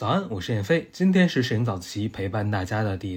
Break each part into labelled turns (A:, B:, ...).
A: 早安，我是燕飞，今天是摄影早自习陪伴大家的第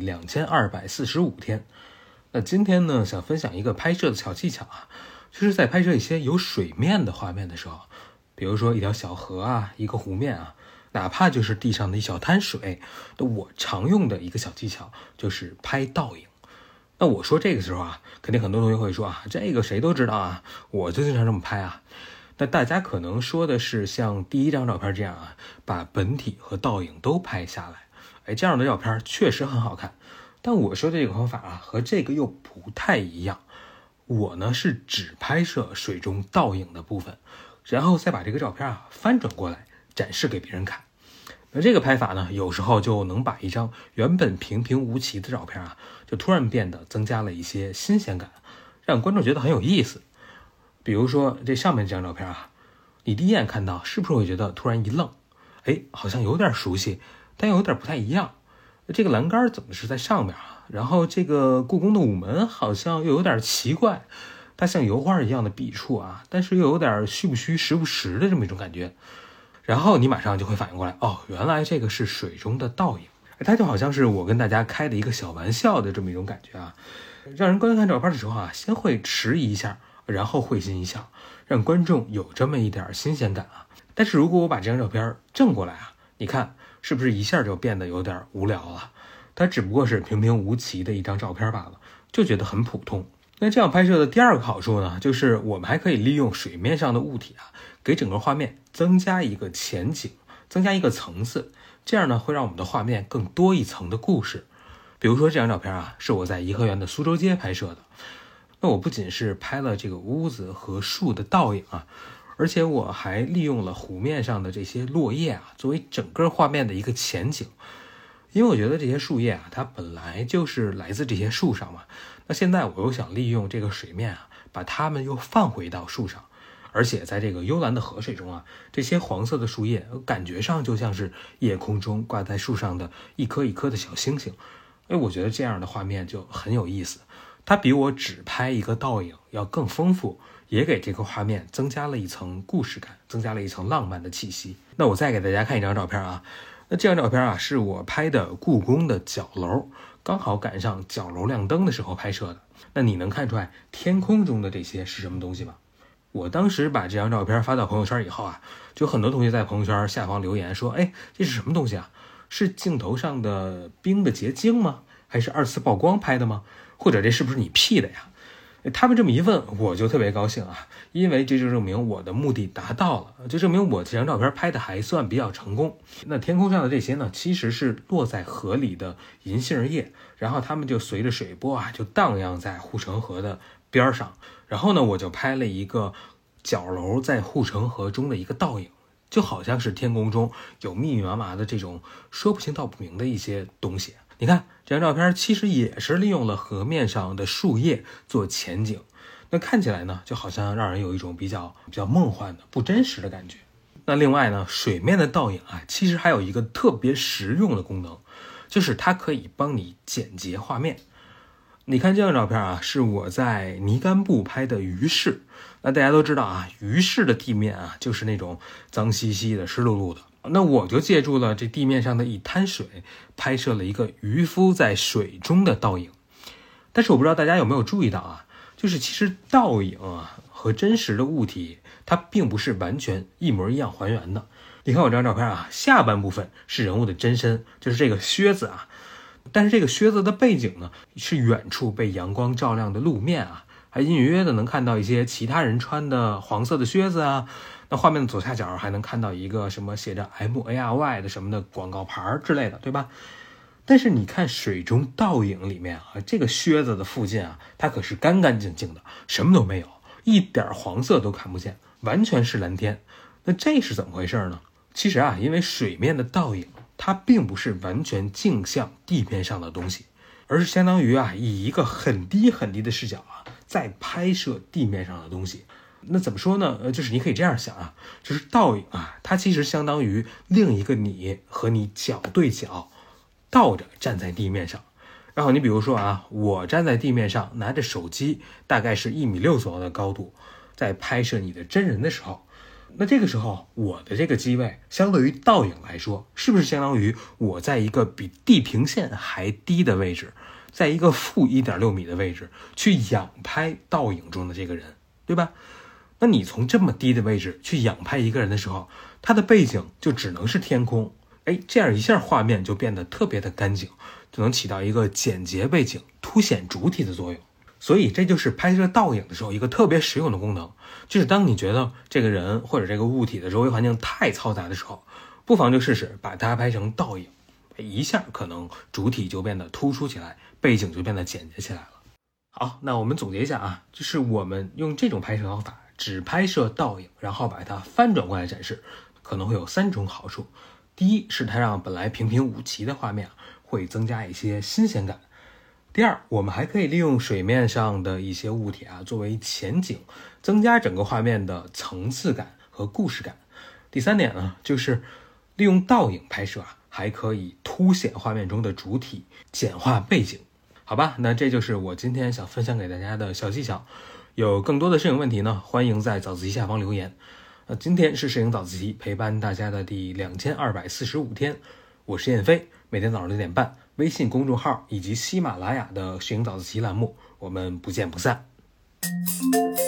A: 2245天。那今天呢，想分享一个拍摄的小技巧啊，就是在拍摄一些有水面的画面的时候，比如说一条小河啊，一个湖面啊，哪怕就是地上的一小滩水，我常用的一个小技巧就是拍倒影。那我说这个时候啊，肯定很多同学会说啊，这个谁都知道啊，我就经常这么拍啊。那大家可能说的是像第一张照片这样啊，把本体和倒影都拍下来，这样的照片确实很好看。但我说的这个方法啊，和这个又不太一样。我呢是只拍摄水中倒影的部分，然后再把这个照片啊翻转过来展示给别人看。那这个拍法呢，有时候就能把一张原本平平无奇的照片啊，就突然变得增加了一些新鲜感，让观众觉得很有意思。比如说这上面这张照片啊，你第一眼看到是不是会觉得突然一愣，好像有点熟悉，但又有点不太一样。这个栏杆怎么是在上面啊？然后这个故宫的午门好像又有点奇怪，它像油画一样的笔触啊，但是又有点虚不虚实不实的这么一种感觉。然后你马上就会反应过来，原来这个是水中的倒影。它就好像是我跟大家开的一个小玩笑的这么一种感觉啊，让人观看照片的时候啊，先会迟疑一下，然后会心一笑，让观众有这么一点新鲜感啊。但是如果我把这张照片正过来啊，你看是不是一下就变得有点无聊了？它只不过是平平无奇的一张照片罢了，就觉得很普通。那这样拍摄的第二个好处呢，就是我们还可以利用水面上的物体啊，给整个画面增加一个前景，增加一个层次，这样呢会让我们的画面更多一层的故事。比如说这张照片啊，是我在颐和园的苏州街拍摄的。那我不仅是拍了这个屋子和树的倒影啊，而且我还利用了湖面上的这些落叶啊，作为整个画面的一个前景。因为我觉得这些树叶啊，它本来就是来自这些树上嘛。那现在我又想利用这个水面啊，把它们又放回到树上，而且在这个幽蓝的河水中啊，这些黄色的树叶感觉上就像是夜空中挂在树上的一颗一颗的小星星。我觉得这样的画面就很有意思，它比我只拍一个倒影要更丰富，也给这个画面增加了一层故事感，增加了一层浪漫的气息。那我再给大家看一张照片啊，那这张照片啊是我拍的故宫的角楼，刚好赶上角楼亮灯的时候拍摄的。那你能看出来天空中的这些是什么东西吗？我当时把这张照片发到朋友圈以后啊，就很多同学在朋友圈下方留言说，这是什么东西啊？是镜头上的冰的结晶吗？还是二次曝光拍的吗？或者这是不是你 P 的呀？他们这么一问，我就特别高兴啊，因为这就证明我的目的达到了，就证明我这张照片拍的还算比较成功。那天空上的这些呢，其实是落在河里的银杏叶，然后它们就随着水波啊，就荡漾在护城河的边上。然后呢，我就拍了一个角楼在护城河中的一个倒影，就好像是天空中有密密麻麻的这种说不清道不明的一些东西。你看这张照片其实也是利用了河面上的树叶做前景，那看起来呢就好像让人有一种比较梦幻的不真实的感觉。那另外呢，水面的倒影啊，其实还有一个特别实用的功能，就是它可以帮你简洁画面。你看这张照片啊，是我在泥干部拍的鱼市。那大家都知道啊，鱼市的地面啊就是那种脏兮兮的湿漉漉的，那我就借助了这地面上的一滩水，拍摄了一个渔夫在水中的倒影。但是我不知道大家有没有注意到啊，就是其实倒影啊和真实的物体它并不是完全一模一样还原的。你看我这张照片啊，下半部分是人物的真身，就是这个靴子啊，但是这个靴子的背景呢，是远处被阳光照亮的路面啊，还隐隐约约的能看到一些其他人穿的黄色的靴子啊。那画面的左下角还能看到一个什么写着 MARY 的什么的广告牌之类的，对吧？但是你看水中倒影里面啊，这个靴子的附近啊，它可是干干净净的，什么都没有，一点黄色都看不见，完全是蓝天。那这是怎么回事呢？其实啊，因为水面的倒影它并不是完全镜像地面上的东西，而是相当于啊，以一个很低很低的视角啊，在拍摄地面上的东西。那怎么说呢？就是你可以这样想啊，就是倒影啊，它其实相当于另一个你和你脚对脚，倒着站在地面上。然后你比如说啊，我站在地面上拿着手机，大概是1.6米左右的高度，在拍摄你的真人的时候， 那这个时候我的这个机位相对于倒影来说，是不是相当于我在一个比地平线还低的位置，在一个负 1.6 米的位置去仰拍倒影中的这个人，对吧？那你从这么低的位置去仰拍一个人的时候，他的背景就只能是天空，这样一下画面就变得特别的干净，就能起到一个简洁背景、凸显主体的作用。所以这就是拍摄倒影的时候一个特别实用的功能，就是当你觉得这个人或者这个物体的周围环境太嘈杂的时候，不妨就试试把它拍成倒影，一下可能主体就变得突出起来，背景就变得简洁起来了。好，那我们总结一下啊，就是我们用这种拍摄方法只拍摄倒影，然后把它翻转过来展示，可能会有3种好处。第一是它让本来平平无奇的画面会增加一些新鲜感。第二，我们还可以利用水面上的一些物体作为前景，增加整个画面的层次感和故事感。第三点呢，就是利用倒影拍摄还可以凸显画面中的主体，简化背景。好吧，那这就是我今天想分享给大家的小技巧。有更多的摄影问题呢，欢迎在早自习下方留言。今天是摄影早自习陪伴大家的第2245天，我是燕飞，每天早上6点半，微信公众号以及喜马拉雅的摄影早自习栏目，我们不见不散。